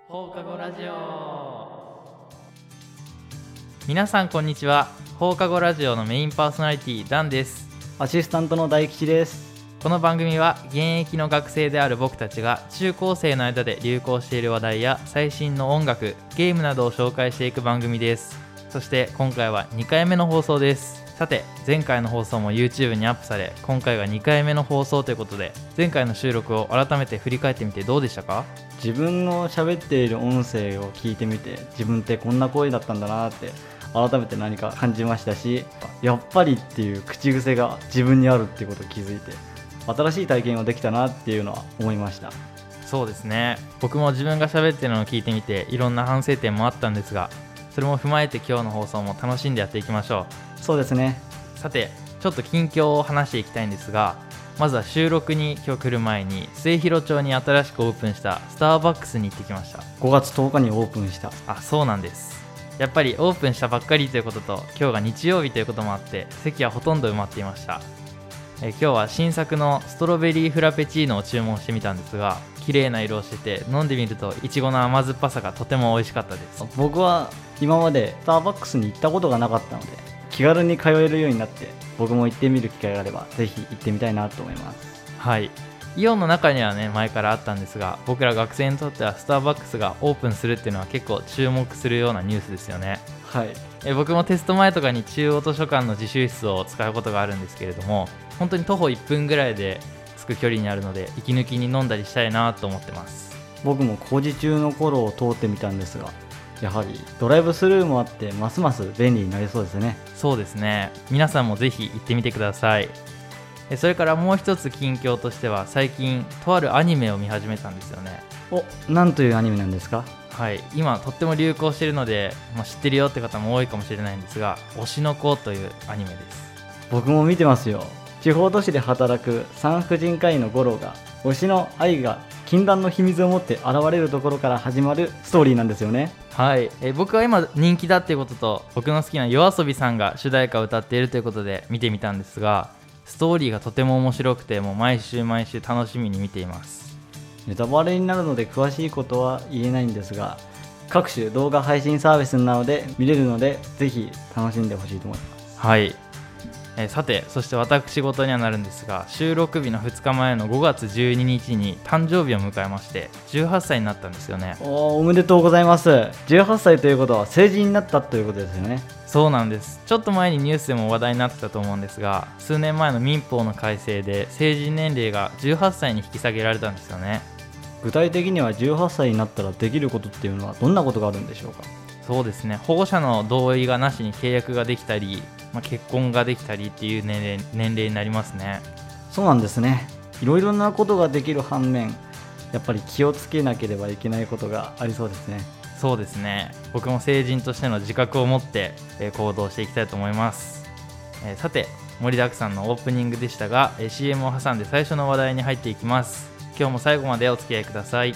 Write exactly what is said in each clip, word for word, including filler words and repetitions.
放課後ラジオ。皆さんこんにちは。放課後ラジオのメインパーソナリティダンです。 アシスタントの大吉です。 この番組は現役の学生である僕たちが中高生の間で流行している話題や最新の音楽、ゲームなどを紹介していく番組です。そして今回はにかいめの放送です。さて前回の放送も YouTube にアップされ、今回がにかいめの放送ということで、前回の収録を改めて振り返ってみてどうでしたか？ 自分の喋っている音声を聞いてみて、自分ってこんな声だったんだなって改めて何か感じましたし、やっぱりっていう口癖が自分にあるっていうことを気づいて、新しい体験をできたなっていうのは思いました。 そうですね、僕も自分が喋ってるのを聞いてみていろんな反省点もあったんですが、それも踏まえて今日の放送も楽しんでやっていきましょう。そうですね。 さてちょっと近況を話していきたいんですが、まずは収録に今日来る前に末広町に新しくオープンしたスターバックスに行ってきました。 ごがつとおかにオープンした。 あ、そうなんです。やっぱりオープンしたばっかりということと、今日が日曜日ということもあって席はほとんど埋まっていました。え今日は新作のストロベリーフラペチーノを注文してみたんですが、綺麗な色をしてて飲んでみるといちごの甘酸っぱさがとても美味しかったです。 僕は今までスターバックスに行ったことがなかったので、気軽に通えるようになって、僕も行ってみる機会があればぜひ行ってみたいなと思います。 はい、イオンの中にはね前からあったんですが、僕ら学生にとってはスターバックスがオープンするっていうのは結構注目するようなニュースですよね。 はい、 え僕もテスト前とかに中央図書館の自習室を使うことがあるんですけれども、本当に徒歩いっぷんぐらいで着く距離にあるので、息抜きに飲んだりしたいなと思ってます。 僕も工事中の頃を通ってみたんですが、やはりドライブスルーもあってますます便利になりそうですね。 そうですね、皆さんもぜひ行ってみてください。それからもう一つ近況としては、最近とあるアニメを見始めたんですよね。 お、なんというアニメなんですか？ はい、今とっても流行しているので、まあ、知ってるよって方も多いかもしれないんですが、推しの子というアニメです。 僕も見てますよ。地方都市で働く産婦人科医の五郎が推しの愛が禁断の秘密を持って現れるところから始まるストーリーなんですよね。 はい、え僕は今人気だっていうことと、僕の好きなYOASOBIさんが主題歌を歌っているということで見てみたんですが、ストーリーがとても面白くて、もう毎週毎週楽しみに見ています。 ネタバレになるので詳しいことは言えないんですが、各種動画配信サービスなので見れるので、ぜひ楽しんでほしいと思います。 はい、えー、さてそして私事にはなるんですが、収録日のふつかまえのごがつじゅうににちに誕生日を迎えまして、じゅうはっさいになったんですよね。 お, おめでとうございます。じゅうはっさいということは成人になったということですよね。 そうなんです。ちょっと前にニュースでも話題になってたと思うんですが、数年前の民法の改正で成人年齢がじゅうはっさいに引き下げられたんですよね。 具体的にはじゅうはっさいになったらできることっていうのはどんなことがあるんでしょうか？ そうですね、保護者の同意がなしに契約ができたり、まあ、結婚ができたりっていう年齢、年齢になりますね。 そうなんですね。いろいろなことができる反面、やっぱり気をつけなければいけないことがありそうですね。 そうですね、僕も成人としての自覚を持って、えー、行動していきたいと思います。えー、さて盛りだくさんのオープニングでしたが、えー、シーエム を挟んで最初の話題に入っていきます。今日も最後までお付き合いください。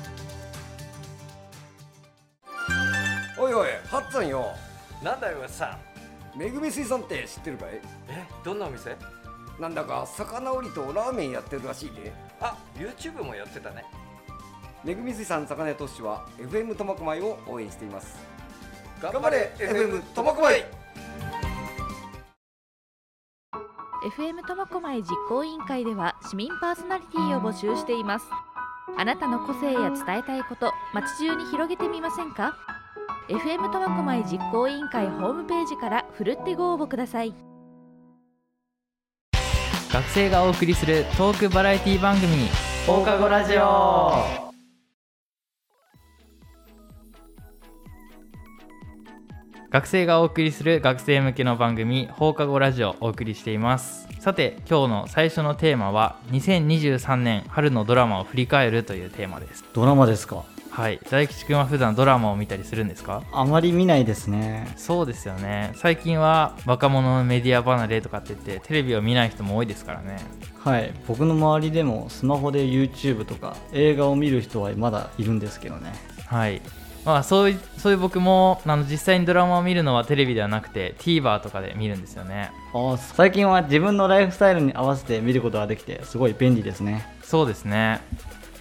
おいおい、ハッツンよ。 なんだよさん、めぐみ水産って知ってるかい？ え、どんなお店？ なんだか魚売りとラーメンやってるらしいで。 あ、YouTube もやってたね。 めぐみ水産魚屋投資は エフエム 苫小牧を応援しています。 頑張れ エフエム 苫小牧。 エフエム 苫小牧実行委員会では市民パーソナリティを募集しています。あなたの個性や伝えたいこと、街中に広げてみませんか？ エフエム 苫小牧実行委員会ホームページからふるってご応募ください。 学生がお送りするトークバラエティ番組、放課後ラジオ。学生がお送りする学生向けの番組、放課後ラジオをお送りしています。さて今日の最初のテーマはにせんにじゅうさんねん春のドラマを振り返るというテーマです。 ドラマですか？ はい、大吉くんは普段ドラマを見たりするんですか？ あまり見ないですね。 そうですよね、最近は若者のメディア離れとかって言ってテレビを見ない人も多いですからね。 はい、僕の周りでもスマホで YouTube とか映画を見る人はまだいるんですけどね。 はい、まあ、そういう、そういう僕もあの実際にドラマを見るのはテレビではなくて TVer とかで見るんですよね。 あ、最近は自分のライフスタイルに合わせて見ることができてすごい便利ですね。 そうですね。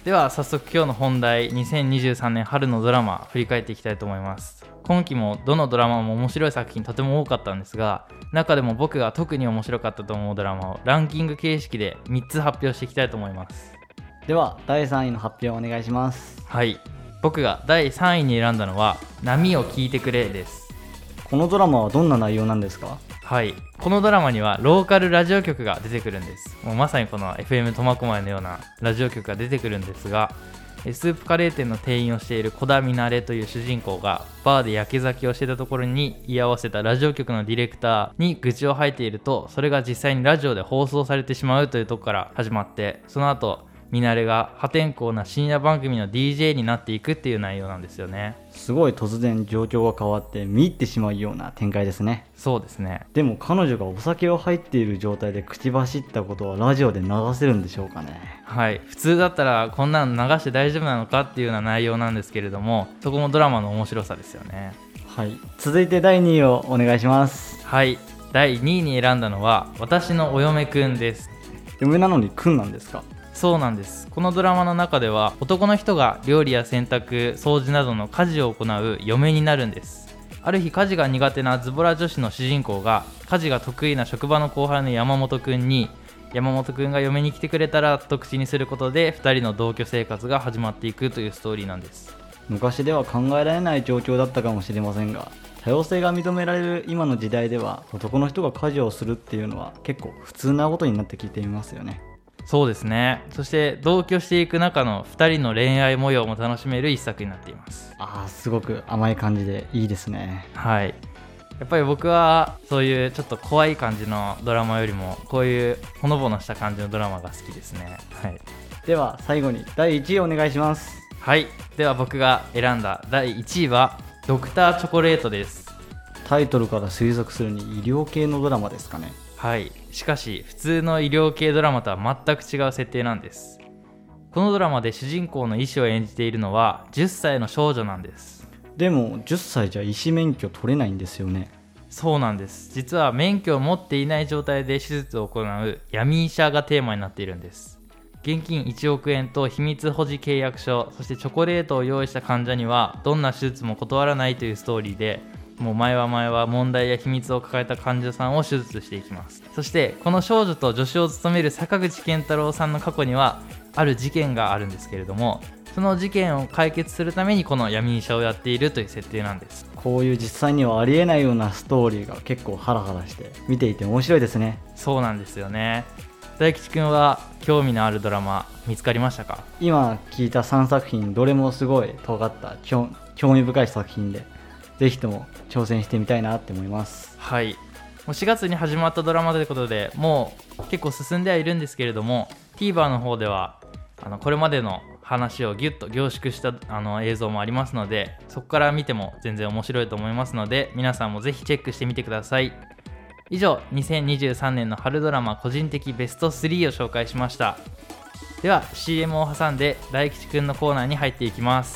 では早速今日の本題、にせんにじゅうさんねん春のドラマ振り返っていきたいと思います。今期もどのドラマも面白い作品とても多かったんですが、中でも僕が特に面白かったと思うドラマをランキング形式でみっつ発表していきたいと思います。 ではだいさんいの発表をお願いします。 はい、僕がだいさんいに選んだのは波を聞いてくれです。 このドラマはどんな内容なんですか？ はい、このドラマにはローカルラジオ局が出てくるんです。もうまさにこの エフエム 苫小牧のようなラジオ局が出てくるんですが、スープカレー店の店員をしている小田ミナレという主人公がバーで焼け酒をしていたところに居合わせたラジオ局のディレクターに愚痴を吐いていると、それが実際にラジオで放送されてしまうというところから始まって、その後ミナレが破天荒な深夜番組の ディージェー になっていくっていう内容なんですよね。 すごい突然状況が変わって見入ってしまうような展開ですね。 そうですね。 でも彼女がお酒を入っている状態で口走ったことはラジオで流せるんでしょうかね？ はい、普通だったらこんなの流して大丈夫なのかっていうような内容なんですけれども、そこもドラマの面白さですよね。 はい、続いてだいにいをお願いします。 はい、だいにいに選んだのは私のお嫁くんです。 嫁なのにくんなんですか？ そうなんです。このドラマの中では男の人が料理や洗濯、掃除などの家事を行う嫁になるんです。ある日家事が苦手なズボラ女子の主人公が家事が得意な職場の後輩の山本くんに、山本くんが嫁に来てくれたらと口にすることでふたりの同居生活が始まっていくというストーリーなんです。 昔では考えられない状況だったかもしれませんが、多様性が認められる今の時代では男の人が家事をするっていうのは結構普通なことになってきていますよね。 そうですね。そして同居していく中のふたりの恋愛模様も楽しめる一作になっています。 あー、すごく甘い感じでいいですね。 はい、やっぱり僕はそういうちょっと怖い感じのドラマよりもこういうほのぼのした感じのドラマが好きですね。はい、 では最後にだいいちいお願いします。 はい、では僕が選んだだいいちいはドクターチョコレートです。 タイトルから推測するに医療系のドラマですかね？ はい、しかし普通の医療系ドラマとは全く違う設定なんです。このドラマで主人公の医師を演じているのはじゅっさいの少女なんです。 でもじゅっさいじゃ医師免許取れないんですよね？ そうなんです。実は免許を持っていない状態で手術を行う闇医者がテーマになっているんです。現金いちおくえんと秘密保持契約書、そしてチョコレートを用意した患者にはどんな手術も断らないというストーリーで、もう前は前は問題や秘密を抱えた患者さんを手術していきます。そしてこの少女と助手を務める坂口健太郎さんの過去にはある事件があるんですけれども、その事件を解決するためにこの闇医者をやっているという設定なんです。 こういう実際にはありえないようなストーリーが結構ハラハラして見ていて面白いですね。 そうなんですよね。大吉くんは興味のあるドラマ見つかりましたか？ 今聞いたさんさく品どれもすごい尖った興味深い作品で、ぜひとも挑戦してみたいなって思います。 はい、もうしがつに始まったドラマということでもう結構進んではいるんですけれども、 TVer の方ではあのこれまでの話をギュッと凝縮したあの映像もありますので、そこから見ても全然面白いと思いますので、皆さんもぜひチェックしてみてください。以上、にせんにじゅうさんねんの春ドラマ個人的ベストスリーを紹介しました。では シーエム を挟んで大吉くんのコーナーに入っていきます。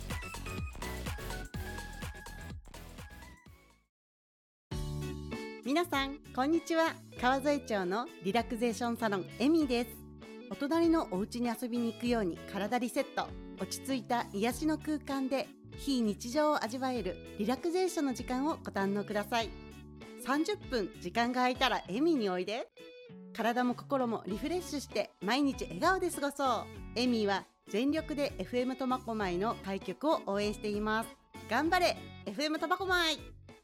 皆さんこんにちは。川添町のリラクゼーションサロンエミです。お隣のお家に遊びに行くように体リセット、落ち着いた癒しの空間で非日常を味わえるリラクゼーションの時間をご堪能ください。さんじゅっぷん時間が空いたらエミにおいで。体も心もリフレッシュして毎日笑顔で過ごそう。エミは全力で エフエム 苫小牧の開局を応援しています。頑張れ エフエム 苫小牧。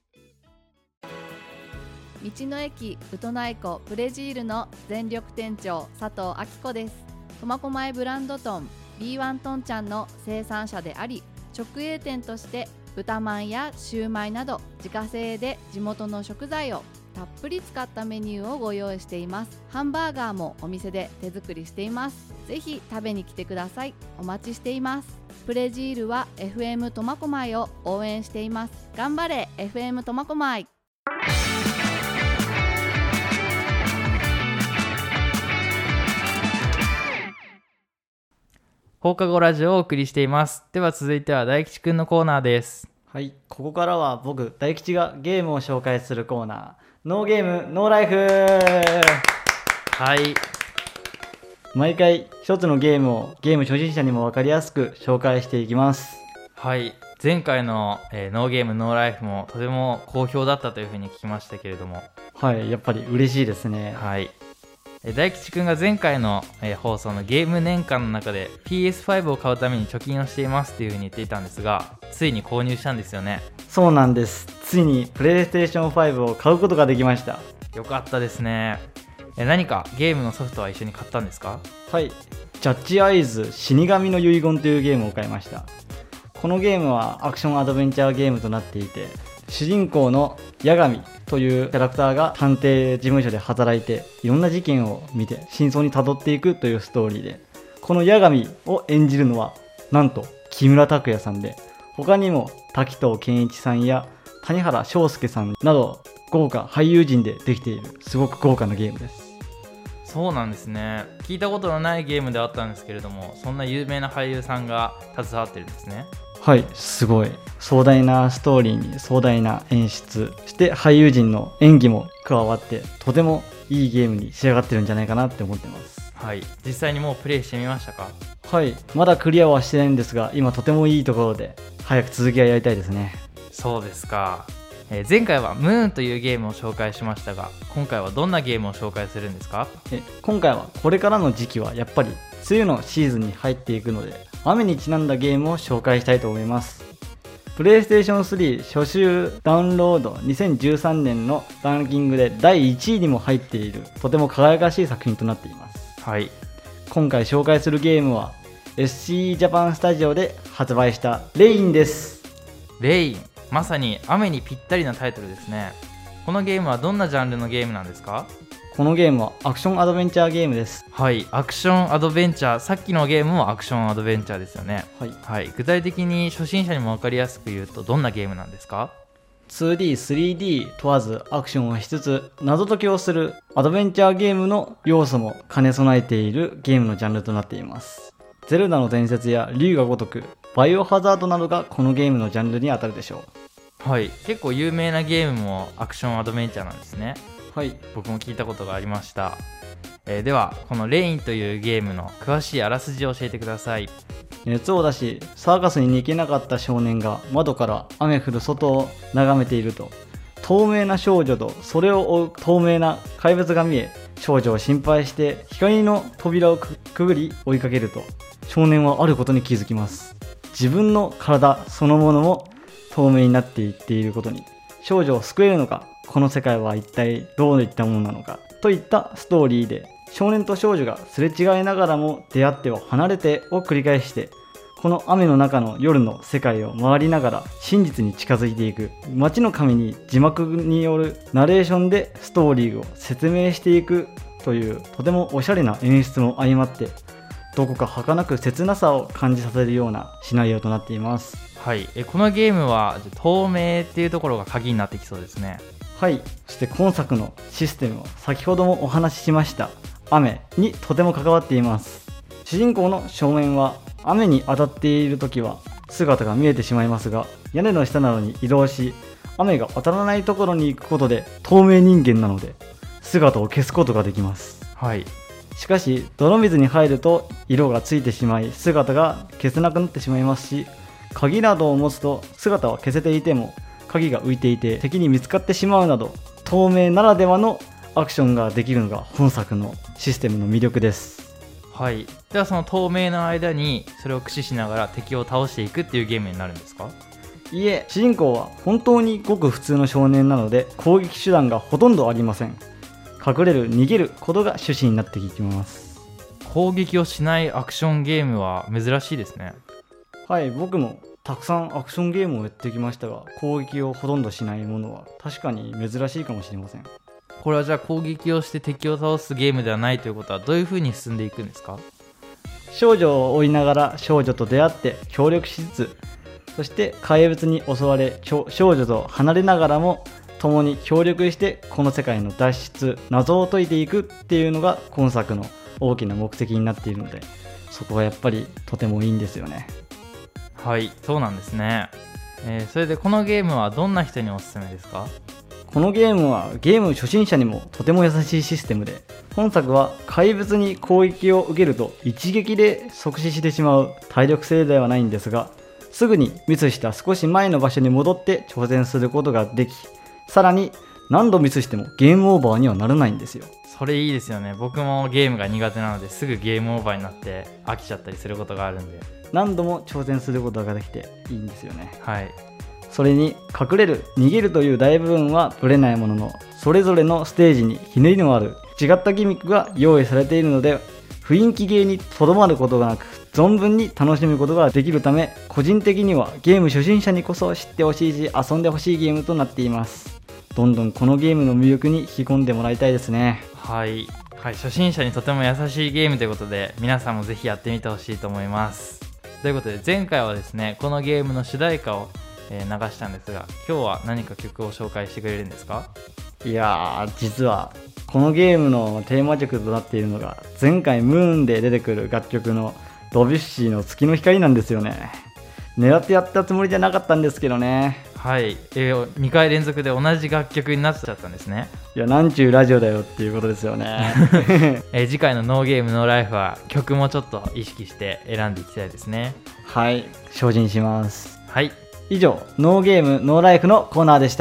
道の駅ウトナイコプレジールの全力店長佐藤明子です。苫小牧ブランドトン ビーワン トンちゃんの生産者であり、直営店として豚まんやシューマイなど自家製で地元の食材をたっぷり使ったメニューをご用意しています。ハンバーガーもお店で手作りしています。ぜひ食べに来てください。お待ちしています。プレジールは エフエム 苫小牧を応援しています。頑張れ エフエム 苫小牧。 放課後ラジオをお送りしています。では続いては大吉くんのコーナーです。 はい、ここからは僕大吉がゲームを紹介するコーナー、ノーゲームノーライフ。 はい、 毎回一つのゲームをゲーム初心者にも分かりやすく紹介していきます。 はい、前回の、えー、ノーゲームノーライフもとても好評だったというふうに聞きましたけれども、 はい、やっぱり嬉しいですね。 はい、えー、大吉くんが前回の、えー、放送のゲーム年間の中で ピーエスファイブ を買うために貯金をしていますというふうに言っていたんですが、ついに購入したんですよね。 そうなんです。ついにプレイステーションファイブを買うことができました。 よかったですね。えー、何かゲームのソフトは一緒に買ったんですか？ はい、ジャッジアイズ死神の遺言というゲームを買いました。このゲームはアクションアドベンチャーゲームとなっていて、主人公の八神というキャラクターが探偵事務所で働いていろんな事件を見て真相にたどっていくというストーリーで、この八神を演じるのはなんと木村拓哉さんで、他にも滝藤賢一さんや谷原章介さんなど豪華俳優陣でできているすごく豪華なゲームです。 そうなんですね。聞いたことのないゲームではあったんですけれども、そんな有名な俳優さんが携わってるんですね。 はい、すごい壮大なストーリーに壮大な演出、そして俳優陣の演技も加わってとてもいいゲームに仕上がってるんじゃないかなって思ってます。 はい、実際にもうプレイしてみましたか？ はい、まだクリアはしてないんですが、今とてもいいところで早く続きはやりたいですね。 そうですか。えー、前回はムーンというゲームを紹介しましたが、今回はどんなゲームを紹介するんですか？ え今回はこれからの時期はやっぱり梅雨のシーズンに入っていくので、雨にちなんだゲームを紹介したいと思います。プレイステーションスリー初週ダウンロードにせんじゅうさんねんのランキングでだいいちいにも入っているとても輝かしい作品となっています。 はい、 今回紹介するゲームは エスシー ジャパンスタジオで発売したレインです。 レイン、まさに雨にぴったりなタイトルですね。このゲームはどんなジャンルのゲームなんですか？ このゲームはアクションアドベンチャーゲームです。 はい、アクションアドベンチャー、さっきのゲームもアクションアドベンチャーですよね。 はい、 はい、具体的に初心者にも分かりやすく言うとどんなゲームなんですか？ ツーディー、スリーディー 問わずアクションをしつつ謎解きをするアドベンチャーゲームの要素も兼ね備えているゲームのジャンルとなっています。ゼルダの伝説や竜が如く、バイオハザードなどがこのゲームのジャンルに当たるでしょう。はい、結構有名なゲームもアクションアドベンチャーなんですね。 はい、 僕も聞いたことがありました。えー、ではこのレインというゲームの詳しいあらすじを教えてください。 熱を出しサーカスに行けなかった少年が窓から雨降る外を眺めていると、透明な少女とそれを追う透明な怪物が見え、少女を心配して光の扉をくぐり追いかけると、少年はあることに気づきます。自分の体そのものも透明になっていっていることに。少女を救えるのか、この世界は一体どういったものなのかといったストーリーで、少年と少女がすれ違いながらも出会っては離れてを繰り返して、この雨の中の夜の世界を回りながら真実に近づいていく。街の神に字幕によるナレーションでストーリーを説明していくというとてもおしゃれな演出も相まって、どこか儚く切なさを感じさせるようなシナリオとなっています。 はい、えこのゲームは透明っていうところが鍵になってきそうですね。 はい、そして今作のシステムは先ほどもお話ししました雨にとても関わっています。主人公の少年は雨に当たっている時は姿が見えてしまいますが、屋根の下などに移動し雨が当たらないところに行くことで透明人間なので姿を消すことができます。 はい、 しかし泥水に入ると色がついてしまい姿が消せなくなってしまいますし、鍵などを持つと姿は消せていても鍵が浮いていて敵に見つかってしまうなど、透明ならではのアクションができるのが本作のシステムの魅力です。 はい、ではその透明の間にそれを駆使しながら敵を倒していくっていうゲームになるんですか？ いえ、主人公は本当にごく普通の少年なので攻撃手段がほとんどありません。隠れる、逃げることが趣旨になってきます。 攻撃をしないアクションゲームは珍しいですね。 はい、僕もたくさんアクションゲームをやってきましたが、攻撃をほとんどしないものは確かに珍しいかもしれません。 これはじゃあ攻撃をして敵を倒すゲームではないということはどういう風に進んでいくんですか？ 少女を追いながら少女と出会って協力しつつ、そして怪物に襲われ少女と離れながらも共に協力してこの世界の脱出、謎を解いていくっていうのが今作の大きな目的になっているので、そこはやっぱりとてもいいんですよね。 はい、そうなんですね。えー、それでこのゲームはどんな人におすすめですか？ ここのゲームはゲーム初心者にもとても優しいシステムで、本作は怪物に攻撃を受けると一撃で即死してしまう体力制ではないんですが、すぐにミスした少し前の場所に戻って挑戦することができ、さらに何度ミスしてもゲームオーバーにはならないんですよ。 それいいですよね。僕もゲームが苦手なのですぐゲームオーバーになって飽きちゃったりすることがあるんで、 何度も挑戦することができていいんですよね。 はい。 それに隠れる、逃げるという大部分はぶれないものの、それぞれのステージにひねりのある違ったギミックが用意されているので、雰囲気ゲーにとどまることがなく存分に楽しむことができるため、個人的にはゲーム初心者にこそ知ってほしいし遊んでほしいゲームとなっています。どんどんこのゲームの魅力に引き込んでもらいたいですね。 はい、はい、初心者にとても優しいゲームということで、皆さんもぜひやってみてほしいと思います。ということで前回はですね、このゲームの主題歌をえー、流したんですが、今日は何か曲を紹介してくれるんですか？ いやー、実はこのゲームのテーマ曲となっているのが、前回ムーンで出てくる楽曲のドビュッシーの月の光なんですよね。狙ってやったつもりじゃなかったんですけどね。 はい、えー、にかい連続で同じ楽曲になっちゃったんですね。 いや、なんちゅうラジオだよっていうことですよね、 えー、次回のノーゲームノーライフは曲もちょっと意識して選んでいきたいですね。 はい、精進します。 はい、 以上、ノーゲームノーライフのコーナーでした。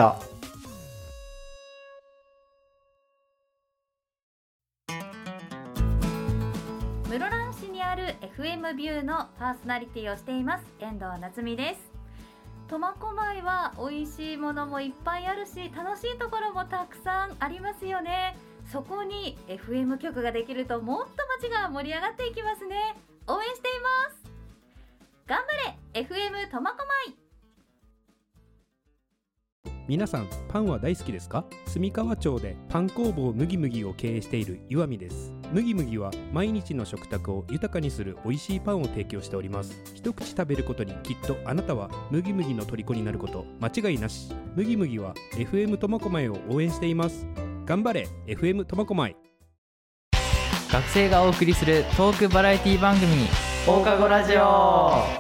室蘭市にある エフエム ビューのパーソナリティをしています遠藤夏実です。苫小牧は美味しいものもいっぱいあるし、楽しいところもたくさんありますよね。そこに エフエム 局ができるともっと街が盛り上がっていきますね。応援しています。頑張れ エフエム 苫小牧。 皆さん、パンは大好きですか？住川町でパン工房麦麦を経営している岩見です。麦麦は毎日の食卓を豊かにする美味しいパンを提供しております。一口食べることにきっとあなたは麦麦の虜になること間違いなし。麦麦は エフエム 苫小牧を応援しています。頑張れ エフエム 苫小牧。 学生がお送りするトークバラエティ番組放課後ラジオ。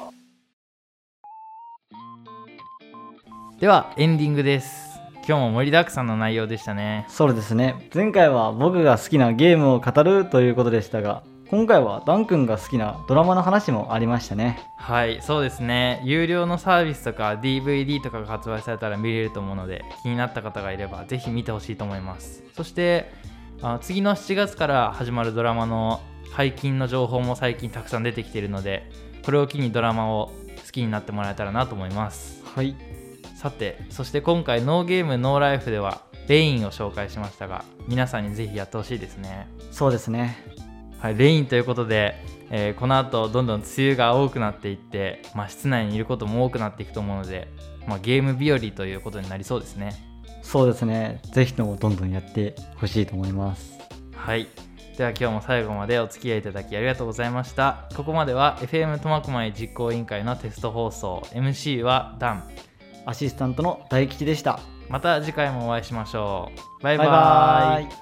ではエンディングです。今日も盛りだくさんの内容でしたね。 そうですね、前回は僕が好きなゲームを語るということでしたが、今回はダン君が好きなドラマの話もありましたね。 はい、そうですね。有料のサービスとか ディーブイディー とかが発売されたら見れると思うので、気になった方がいればぜひ見てほしいと思います。そしてあ次のしちがつから始まるドラマの解禁の情報も最近たくさん出てきているので、これを機にドラマを好きになってもらえたらなと思います。 はい。 さて、そして今回ノーゲームノーライフではレインを紹介しましたが、皆さんにぜひやってほしいですね。 そうですね。 はい、レインということで、えー、この後どんどん梅雨が多くなっていって、まあ、室内にいることも多くなっていくと思うので、まあ、ゲーム日和ということになりそうですね。 そうですね。ぜひともどんどんやってほしいと思います。 はい。では今日も最後までお付き合いいただきありがとうございました。ここまでは エフエム 苫小牧実行委員会のテスト放送、 エムシー はダン、 アシスタントの大吉でした。 また次回もお会いしましょう。バイバイ。 バイバイ。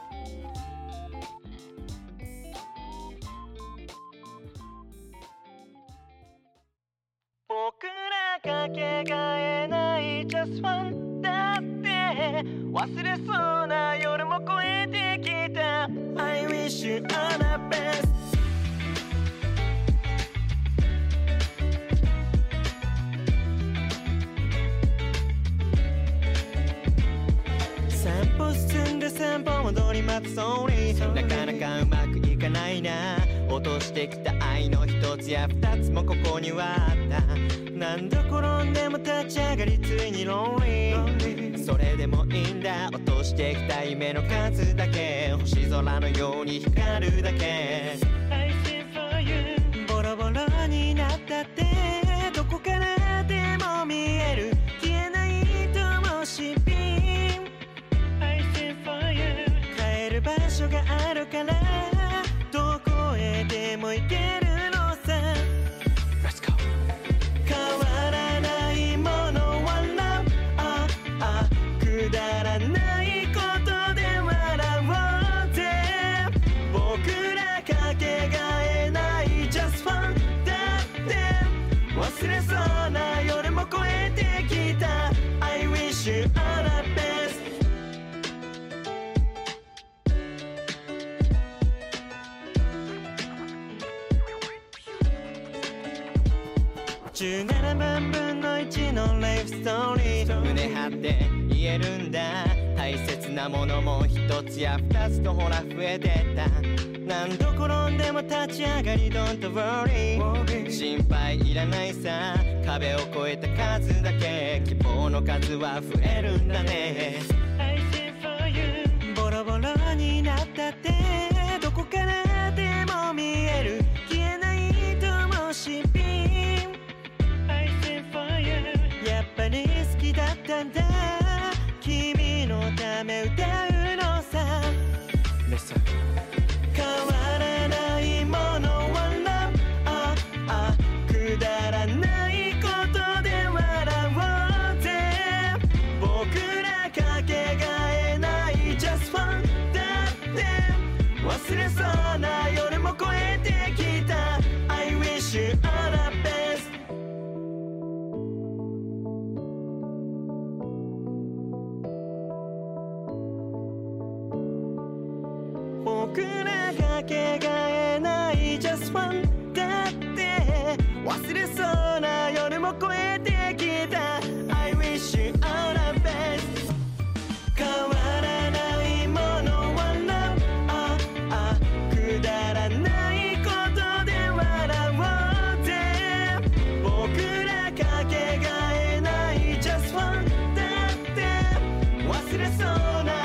僕らかけがえない Just One だって忘れそうな夜も越えてきた I wish you all the best。散歩進んで散歩戻り待つそうになかなかうまくいかないな。落としてきた愛の一つや二つもここにはあった。何度転んでも立ち上がりついにロンリー。それでもいいんだ。落としてきた夢の数だけ星空のように光るだけ I see for you。 ボロボロになったってどこからでも見える消えない灯火。帰る場所があるからどこへでも行けるのさ。 Let's go。 変わらないものは Love。 ああくだらないことで笑おうぜ。僕らかけじゅうななばんぶんのいちのライフストーリー胸張って言えるんだ大切なものも一つや二つとほら増えてった何度転んでも立ち上がり Don't worry 心配いらないさ壁を越えた数だけ希望の数は増えるんだね I sing for you ボロボロになったってどこからでも見える消えない灯火 I sing for you やっぱり好きだったんだ君のため歌うのさ Listen 変わらないものは Love ああくだらないことで笑おうぜ僕らかけがえない Just fun だって忘れそうな夜も越えてきた I wish you all the best 僕らかけがえない Just fun だって忘れそうな夜も越えてきた I wish you all the best 変わらないものは Love ああくだらないことで笑おうぜ僕らかけがえない Just fun だって忘れそうな